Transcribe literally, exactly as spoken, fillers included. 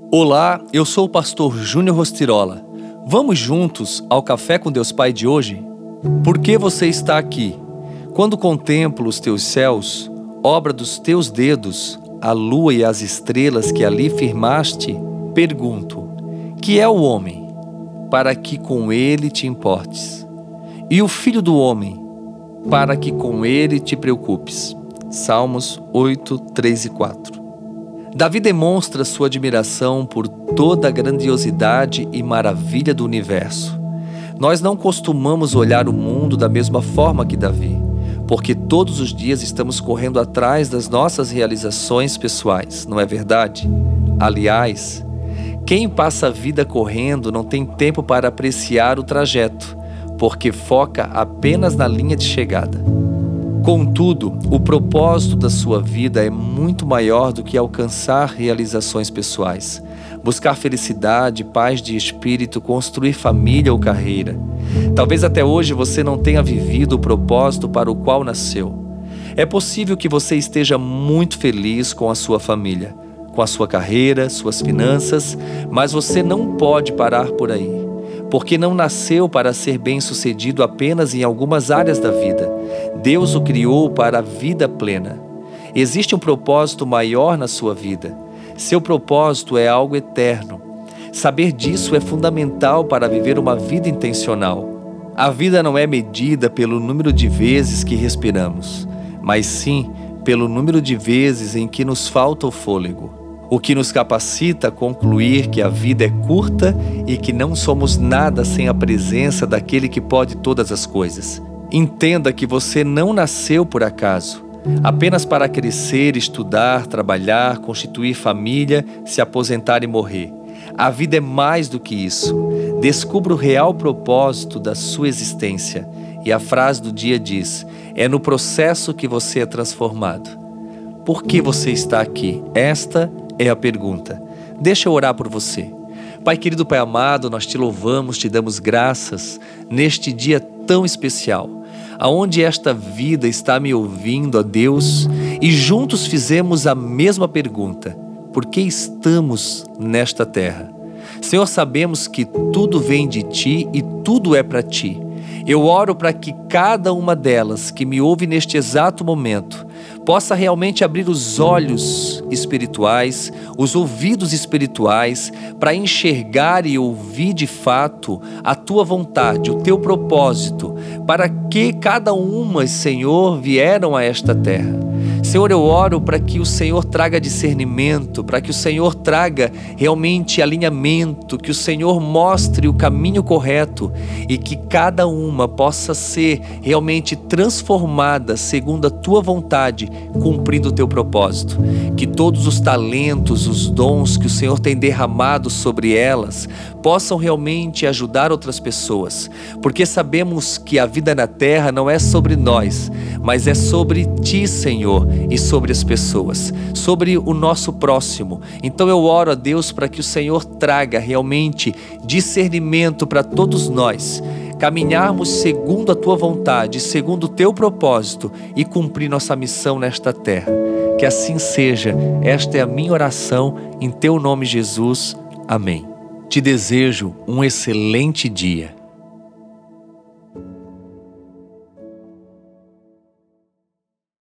Olá, eu sou o pastor Júnior Rostirola. Vamos juntos ao Café com Deus Pai de hoje? Por que você está aqui? Quando contemplo os teus céus, obra dos teus dedos, a lua e as estrelas que ali firmaste, pergunto: que é o homem, para que com ele te importes? E o filho do homem, para que com ele te preocupes? Salmos oito, três e quatro. Davi demonstra sua admiração por toda a grandiosidade e maravilha do universo. Nós não costumamos olhar o mundo da mesma forma que Davi, porque todos os dias estamos correndo atrás das nossas realizações pessoais, não é verdade? Aliás, quem passa a vida correndo não tem tempo para apreciar o trajeto, porque foca apenas na linha de chegada. Contudo, o propósito da sua vida é muito maior do que alcançar realizações pessoais, buscar felicidade, paz de espírito, construir família ou carreira. Talvez até hoje você não tenha vivido o propósito para o qual nasceu. É possível que você esteja muito feliz com a sua família, com a sua carreira, suas finanças, mas você não pode parar por aí, porque não nasceu para ser bem-sucedido apenas em algumas áreas da vida. Deus o criou para a vida plena. Existe um propósito maior na sua vida. Seu propósito é algo eterno. Saber disso é fundamental para viver uma vida intencional. A vida não é medida pelo número de vezes que respiramos, mas sim pelo número de vezes em que nos falta o fôlego. O que nos capacita a concluir que a vida é curta e que não somos nada sem a presença daquele que pode todas as coisas. Entenda que você não nasceu por acaso, apenas para crescer, estudar, trabalhar, constituir família, se aposentar e morrer. A vida é mais do que isso. Descubra o real propósito da sua existência. E a frase do dia diz: é no processo que você é transformado. Por que você está aqui? Esta é a pergunta. Deixa eu orar por você. Pai querido, Pai amado, nós te louvamos, te damos graças neste dia tão especial, aonde esta vida está me ouvindo, ó Deus, e juntos fizemos a mesma pergunta: por que estamos nesta terra? Senhor, sabemos que tudo vem de Ti e tudo é para Ti. Eu oro para que cada uma delas que me ouve neste exato momento possa realmente abrir os olhos espirituais, os ouvidos espirituais, para enxergar e ouvir de fato a Tua vontade, o Teu propósito, para que cada uma, Senhor, vieram a esta terra. Senhor, eu oro para que o Senhor traga discernimento, para que o Senhor traga realmente alinhamento, que o Senhor mostre o caminho correto e que cada uma possa ser realmente transformada segundo a Tua vontade, cumprindo o Teu propósito. Que todos os talentos, os dons que o Senhor tem derramado sobre elas possam realmente ajudar outras pessoas, porque sabemos que a vida na terra não é sobre nós, mas é sobre Ti, Senhor, e sobre as pessoas, sobre o nosso próximo. Então eu oro a Deus para que o Senhor traga realmente discernimento para todos nós, caminharmos segundo a Tua vontade, segundo o Teu propósito e cumprir nossa missão nesta terra. Que assim seja. Esta é a minha oração em Teu nome, Jesus. Amém. Te desejo um excelente dia.